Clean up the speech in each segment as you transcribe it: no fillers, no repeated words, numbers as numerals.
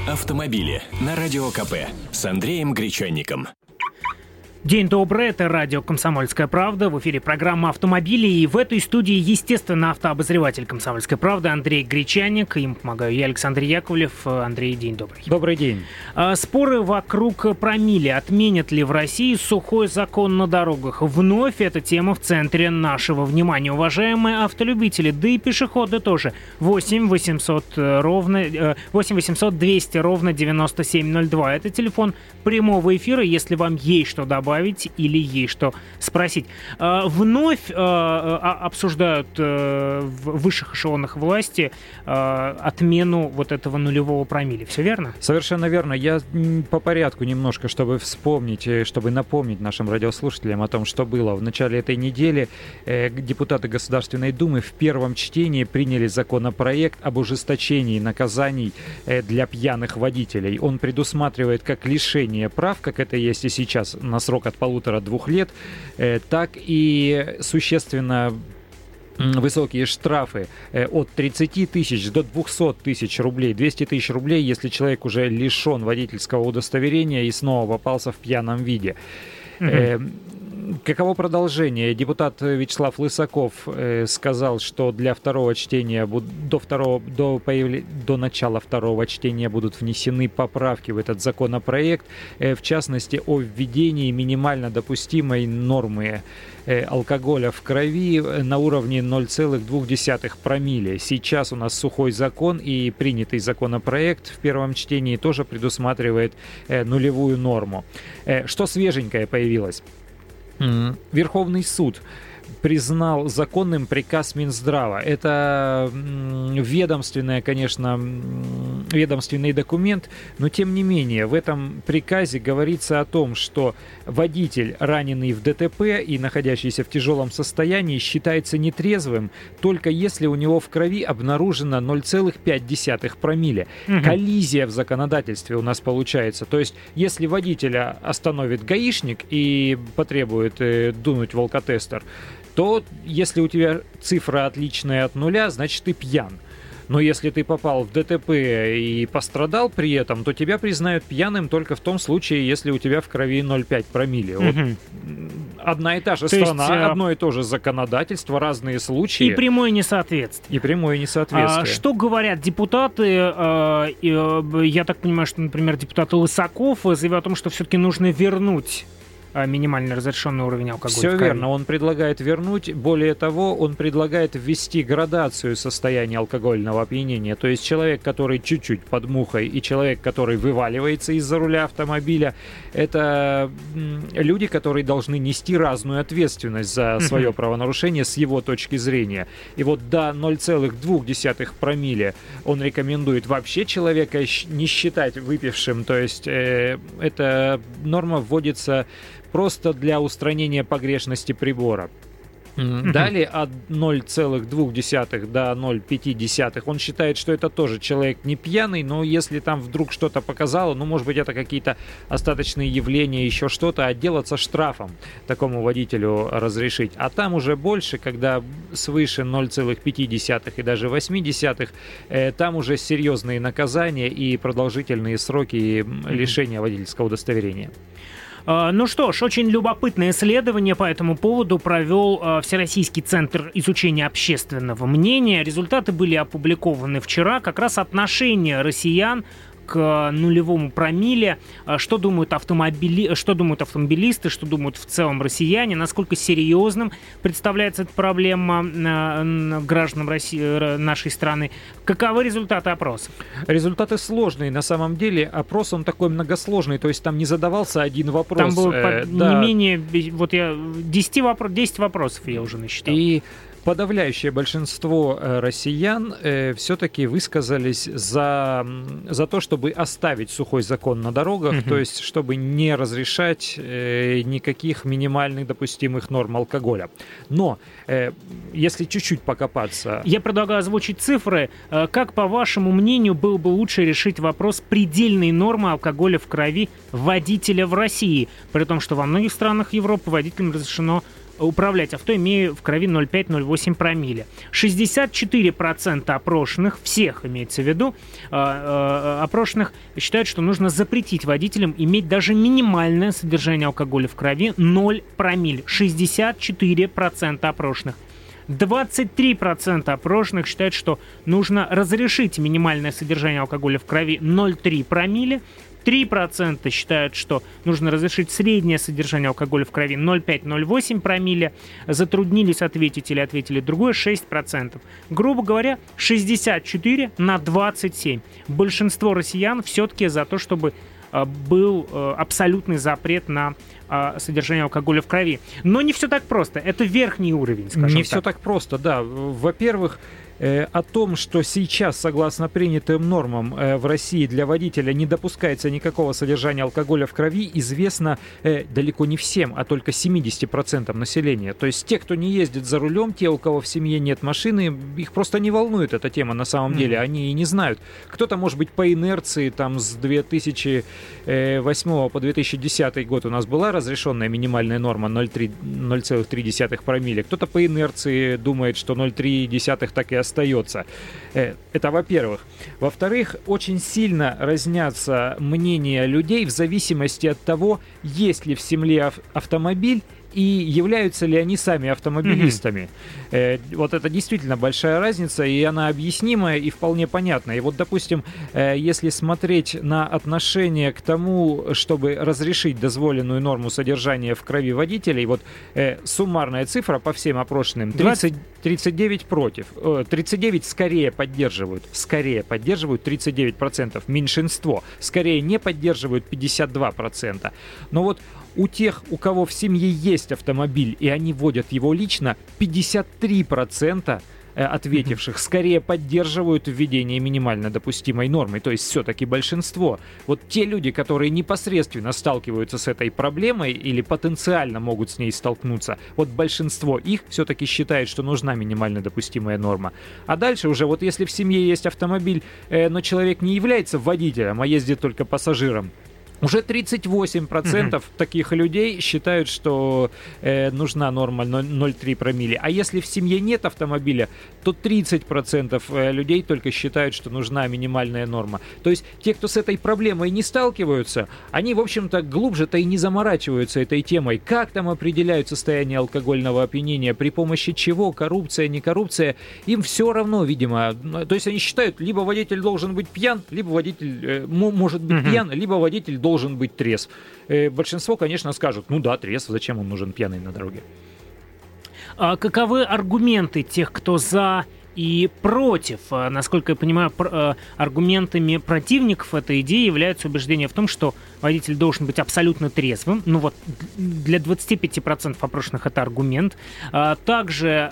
автомобили на Радио КП с Андреем Гречанником. День добрый, это радио «Комсомольская правда», в эфире программа «Автомобили», и в этой студии, естественно, автообозреватель «Комсомольской правды» Андрей Гречанник, им помогаю я, Александр Яковлев. Андрей, день добрый. Добрый день. Споры вокруг промилле. Отменят ли в России сухой закон на дорогах? Вновь эта тема в центре нашего внимания. Уважаемые автолюбители, да и пешеходы тоже. 8 800 200 ровно 9702. Это телефон прямого эфира, если вам есть что добавить или есть что спросить. Вновь обсуждают в высших эшелонах власти отмену вот этого нулевого промилле. Все верно? Совершенно верно. Я по порядку немножко, чтобы вспомнить, чтобы напомнить нашим радиослушателям о том, что было. В начале этой недели депутаты Государственной Думы в первом чтении приняли законопроект об ужесточении наказаний для пьяных водителей. Он предусматривает как лишение прав, как это есть и сейчас, на срок от 1,5-2 лет, так и существенно высокие штрафы от 30 тысяч до 200 тысяч рублей. 200 тысяч рублей, если человек уже лишен водительского удостоверения и снова попался в пьяном виде. Каково продолжение? Депутат Вячеслав Лысаков сказал, что для второго чтения, до начала второго чтения будут внесены поправки в этот законопроект, в частности, о введении минимально допустимой нормы алкоголя в крови на уровне 0,2 промилле. Сейчас у нас сухой закон, и принятый законопроект в первом чтении тоже предусматривает нулевую норму. Что свеженькое появилось? Верховный суд признал законным приказ Минздрава. Это ведомственный документ, но тем не менее в этом приказе говорится о том, что водитель, раненый в ДТП и находящийся в тяжелом состоянии, считается нетрезвым только если у него в крови обнаружено 0,5 промилле. Коллизия в законодательстве у нас получается. То есть, если водителя остановит гаишник и потребует дунуть в алкотестер, то если у тебя цифра отличная от нуля, значит ты пьян. Но если ты попал в ДТП и пострадал при этом, то тебя признают пьяным только в том случае, если у тебя в крови 0,5 промилле. Вот одна и та же страна, одно и то же законодательство, разные случаи. И прямое несоответствие. Что говорят депутаты? Я так понимаю, что, например, депутат Лысаков заявил о том, что все-таки нужно вернуть минимально разрешенный уровень алкоголя. Все верно, он предлагает вернуть. Более того, он предлагает ввести градацию состояния алкогольного опьянения. То есть человек, который чуть-чуть под мухой, и человек, который вываливается из-за руля автомобиля, это люди, которые должны нести разную ответственность за свое правонарушение с его точки зрения. И вот до 0,2 промилле он рекомендует вообще человека не считать выпившим. То есть эта норма вводится просто для устранения погрешности прибора. Далее от 0,2 до 0,5 он считает, что это тоже человек не пьяный, но если там вдруг что-то показало, может быть, это какие-то остаточные явления, еще что-то, отделаться штрафом такому водителю разрешить. А там уже больше, когда свыше 0,5 и даже 0,8, там уже серьезные наказания и продолжительные сроки лишения водительского удостоверения. Ну что ж, очень любопытное исследование по этому поводу провел Всероссийский центр изучения общественного мнения. Результаты были опубликованы вчера. Как раз отношение россиян к нулевому промилле, что думают автомобилисты, что думают в целом россияне, насколько серьезным представляется эта проблема гражданам нашей страны. Каковы результаты опросов? Результаты сложные. На самом деле опрос, он такой многосложный, то есть там не задавался один вопрос. Там было не менее, 10 вопросов я уже насчитал. И подавляющее большинство россиян все-таки высказались за то, чтобы оставить сухой закон на дорогах, то есть чтобы не разрешать никаких минимальных допустимых норм алкоголя. Но если чуть-чуть покопаться... Я предлагаю озвучить цифры. Как, по вашему мнению, было бы лучше решить вопрос предельной нормы алкоголя в крови водителя в России? При том, что во многих странах Европы водителям разрешено управлять авто, имея в крови 0,5-0,8 промилле. 64% опрошенных, всех имеется в виду, опрошенных считают, что нужно запретить водителям иметь даже минимальное содержание алкоголя в крови 0 промилле. 64% опрошенных. 23% опрошенных считают, что нужно разрешить минимальное содержание алкоголя в крови 0,3 промилле. 3% считают, что нужно разрешить среднее содержание алкоголя в крови 0,5-0,8 промилле. Затруднились ответить или ответили другое 6%. Грубо говоря, 64 на 27. Большинство россиян все-таки за то, чтобы был абсолютный запрет на содержание алкоголя в крови. Но не все так просто. Это верхний уровень, скажем так. Не все так просто, да. Во-первых, о том, что сейчас, согласно принятым нормам в России для водителя не допускается никакого содержания алкоголя в крови, известно далеко не всем, а только 70% населения. То есть те, кто не ездит за рулем, те, у кого в семье нет машины, их просто не волнует эта тема на самом деле, они и не знают. Кто-то, может быть, по инерции, там с 2008 по 2010 год у нас была разрешенная минимальная норма 0,3 промилле. Кто-то по инерции думает, что 0,3 так и остается. Это во-первых. Во-вторых, очень сильно разнятся мнения людей в зависимости от того, есть ли в семье автомобиль и являются ли они сами автомобилистами. Вот это действительно большая разница, и она объяснимая и вполне понятна. И вот, допустим, если смотреть на отношение к тому, чтобы разрешить дозволенную норму содержания в крови водителей, вот суммарная цифра по всем опрошенным 39 против. 39 скорее поддерживают 39%, меньшинство. Скорее не поддерживают 52%. Но вот у тех, у кого в семье есть автомобиль, и они водят его лично, 53% ответивших скорее поддерживают введение минимально допустимой нормы. То есть все-таки большинство. Вот те люди, которые непосредственно сталкиваются с этой проблемой или потенциально могут с ней столкнуться, вот большинство их все-таки считает, что нужна минимально допустимая норма. А дальше уже, вот если в семье есть автомобиль, но человек не является водителем, а ездит только пассажиром, уже 38% таких людей считают, что нужна норма 0,3 промилле. А если в семье нет автомобиля, то 30% людей только считают, что нужна минимальная норма. То есть те, кто с этой проблемой не сталкиваются, они, в общем-то, глубже-то и не заморачиваются этой темой. Как там определяют состояние алкогольного опьянения, при помощи чего, коррупция, не коррупция. Им все равно, видимо. То есть они считают, либо водитель должен быть пьян, либо водитель может быть пьян, либо водитель должен быть трезв. Большинство, конечно, скажут, ну да, трезв, зачем он нужен пьяный на дороге? А каковы аргументы тех, кто за и против? Насколько я понимаю, аргументами противников этой идеи является убеждение в том, что водитель должен быть абсолютно трезвым. Ну вот, для 25% опрошенных это аргумент. Также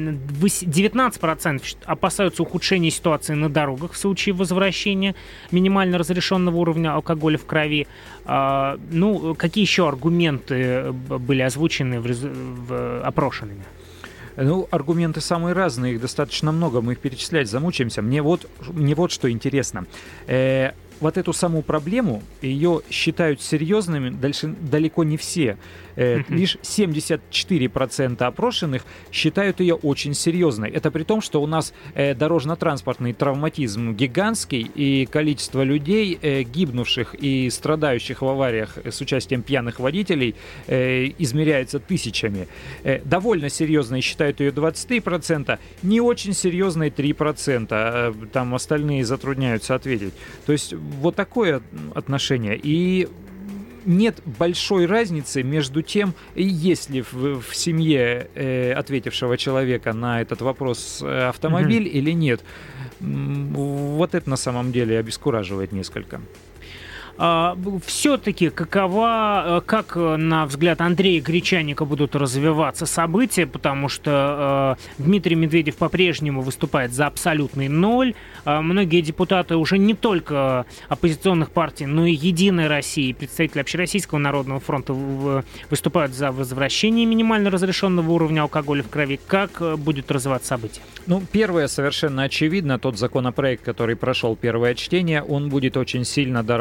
19% опасаются ухудшения ситуации на дорогах в случае возвращения минимально разрешенного уровня алкоголя в крови. Ну, какие еще аргументы были озвучены опрошенными? Ну, аргументы самые разные, их достаточно много, мы их перечислять замучаемся. Мне вот что интересно. Вот эту саму проблему, ее считают серьезными далеко не все. Лишь 74% опрошенных считают ее очень серьезной. Это при том, что у нас дорожно-транспортный травматизм гигантский, и количество людей, гибнувших и страдающих в авариях с участием пьяных водителей, измеряется тысячами. Довольно серьезной считают ее 23%, не очень серьезной 3%. Там остальные затрудняются ответить. То есть вот такое отношение. И нет большой разницы между тем, есть ли в семье ответившего человека на этот вопрос автомобиль или нет. Вот это на самом деле обескураживает несколько. Все-таки как на взгляд Андрея Гречаника будут развиваться события, потому что Дмитрий Медведев по-прежнему выступает за абсолютный ноль. Многие депутаты уже не только оппозиционных партий, но и Единой России, представители Общероссийского народного фронта выступают за возвращение минимально разрешенного уровня алкоголя в крови. Как будет развиваться событие? Ну, первое, совершенно очевидно, тот законопроект, который прошел первое чтение, он будет очень сильно дорабатываться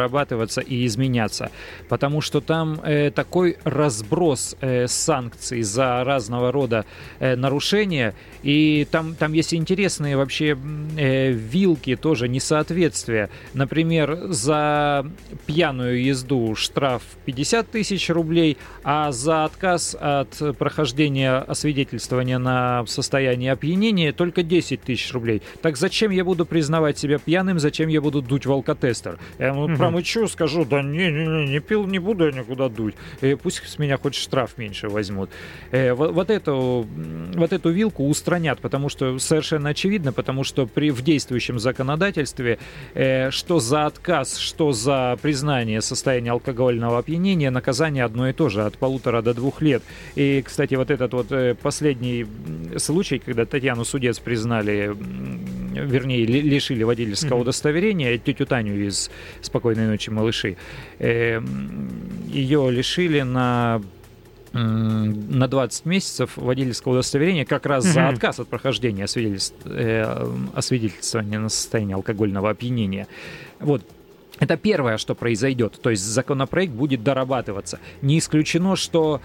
пересматриваться и изменяться, потому что там такой разброс санкций за разного рода нарушения, и там есть интересные вообще вилки, тоже несоответствия. Например, за пьяную езду штраф 50 тысяч рублей, а за отказ от прохождения освидетельствования на состояние опьянения только 10 тысяч рублей. Так зачем я буду признавать себя пьяным, зачем я буду дуть в алкотестер? Я промычу, скажу, да не пил, не буду я никуда дуть. Пусть с меня хоть штраф меньше возьмут. Вот эту вилку устранят, потому что совершенно очевидно, потому что в действующем законодательстве что за отказ, что за признание состояния алкогольного опьянения, наказание одно и то же, от 1,5 до 2 лет. И, кстати, вот этот вот последний случай, когда Татьяну Судец признали, вернее, лишили водительского удостоверения, тетю Таню из «Спокойной ночи, малыши», ее лишили на 20 месяцев водительского удостоверения как раз за отказ от прохождения освидетельствования на состояние алкогольного опьянения. Вот. Это первое, что произойдет. То есть законопроект будет дорабатываться. Не исключено, что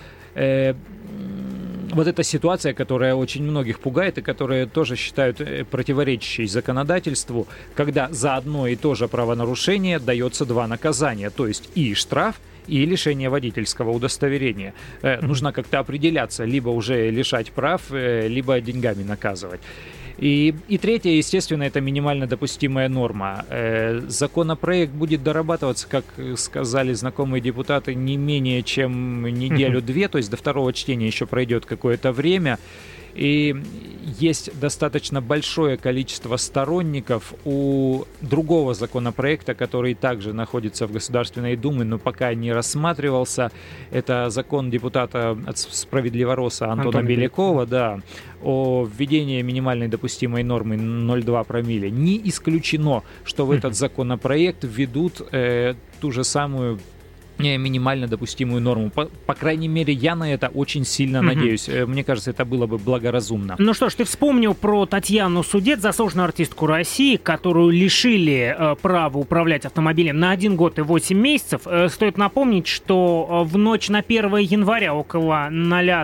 вот эта ситуация, которая очень многих пугает и которая тоже считают противоречащей законодательству, когда за одно и то же правонарушение дается 2 наказания. То есть и штраф, и лишение водительского удостоверения. Нужно как-то определяться, либо уже лишать прав, либо деньгами наказывать. И третье, естественно, это минимально допустимая норма. Законопроект будет дорабатываться, как сказали знакомые депутаты, не менее чем неделю-две, то есть до второго чтения еще пройдет какое-то время. И есть достаточно большое количество сторонников у другого законопроекта, который также находится в Государственной Думе, но пока не рассматривался. Это закон депутата от Справедливороса Антона Белякова, да, о введении минимальной допустимой нормы 0,2 промилле. Не исключено, что в этот законопроект введут ту же самую минимально допустимую норму. По крайней мере, я на это очень сильно надеюсь. Мне кажется, это было бы благоразумно. Ну что ж, ты вспомнил про Татьяну Судец, заслуженную артистку России, которую лишили права управлять автомобилем на 1 год и 8 месяцев. Стоит напомнить, что в ночь на 1 января около 0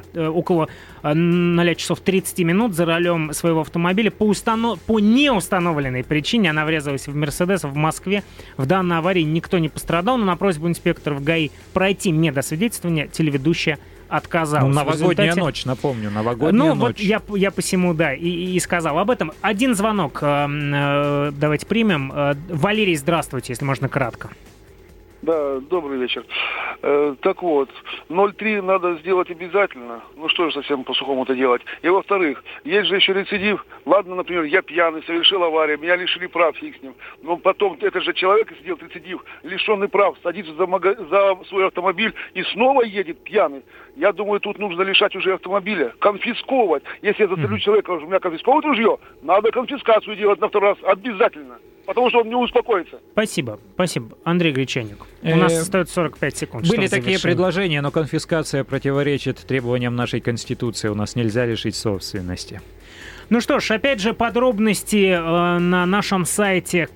часов 30 минут за рулем своего автомобиля по неустановленной причине она врезалась в «Мерседес» в Москве. В данной аварии никто не пострадал, но на просьбу инспекторов ГАИ пройти медосвидетельствование телеведущая отказалась. Новогодняя ночь, напомню, новогодняя ночь. Вот я посему, да, и сказал об этом. Один звонок давайте примем. Валерий, здравствуйте, если можно кратко. Да, добрый вечер. Так вот, 0,3 надо сделать обязательно. Ну что же совсем по-сухому-то делать? И во-вторых, есть же еще рецидив. Ладно, например, я пьяный, совершил аварию, меня лишили прав, фиг с ним. Но потом этот же человек сделал рецидив, лишенный прав, садится за свой автомобиль и снова едет пьяный. Я думаю, тут нужно лишать уже автомобиля, конфисковывать. Если я застрелю человека, у меня конфисковывать ружье, надо конфискацию делать на второй раз обязательно. Потому что он не успокоится. Спасибо. Андрей Гречаник. У нас остается 45 секунд. Были такие предложения, но конфискация противоречит требованиям нашей Конституции. У нас нельзя лишить собственности. Ну что ж, опять же, подробности на нашем сайте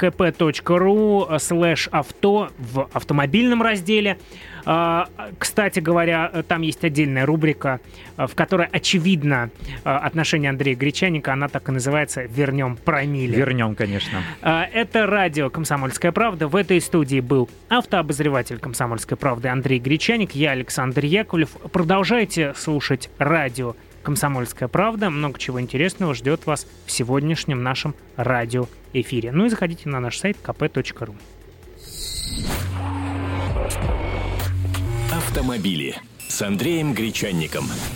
kp.ru/авто в автомобильном разделе. Кстати говоря, там есть отдельная рубрика, в которой очевидно отношение Андрея Гречаника, она так и называется «Вернем промилле». Вернем, конечно. Это радио «Комсомольская правда». В этой студии был автообозреватель «Комсомольской правды» Андрей Гречаник, я Александр Яковлев. Продолжайте слушать радио «Комсомольская правда». Много чего интересного ждет вас в сегодняшнем нашем радиоэфире. Ну и заходите на наш сайт kp.ru. Автомобили с Андреем Гречанником.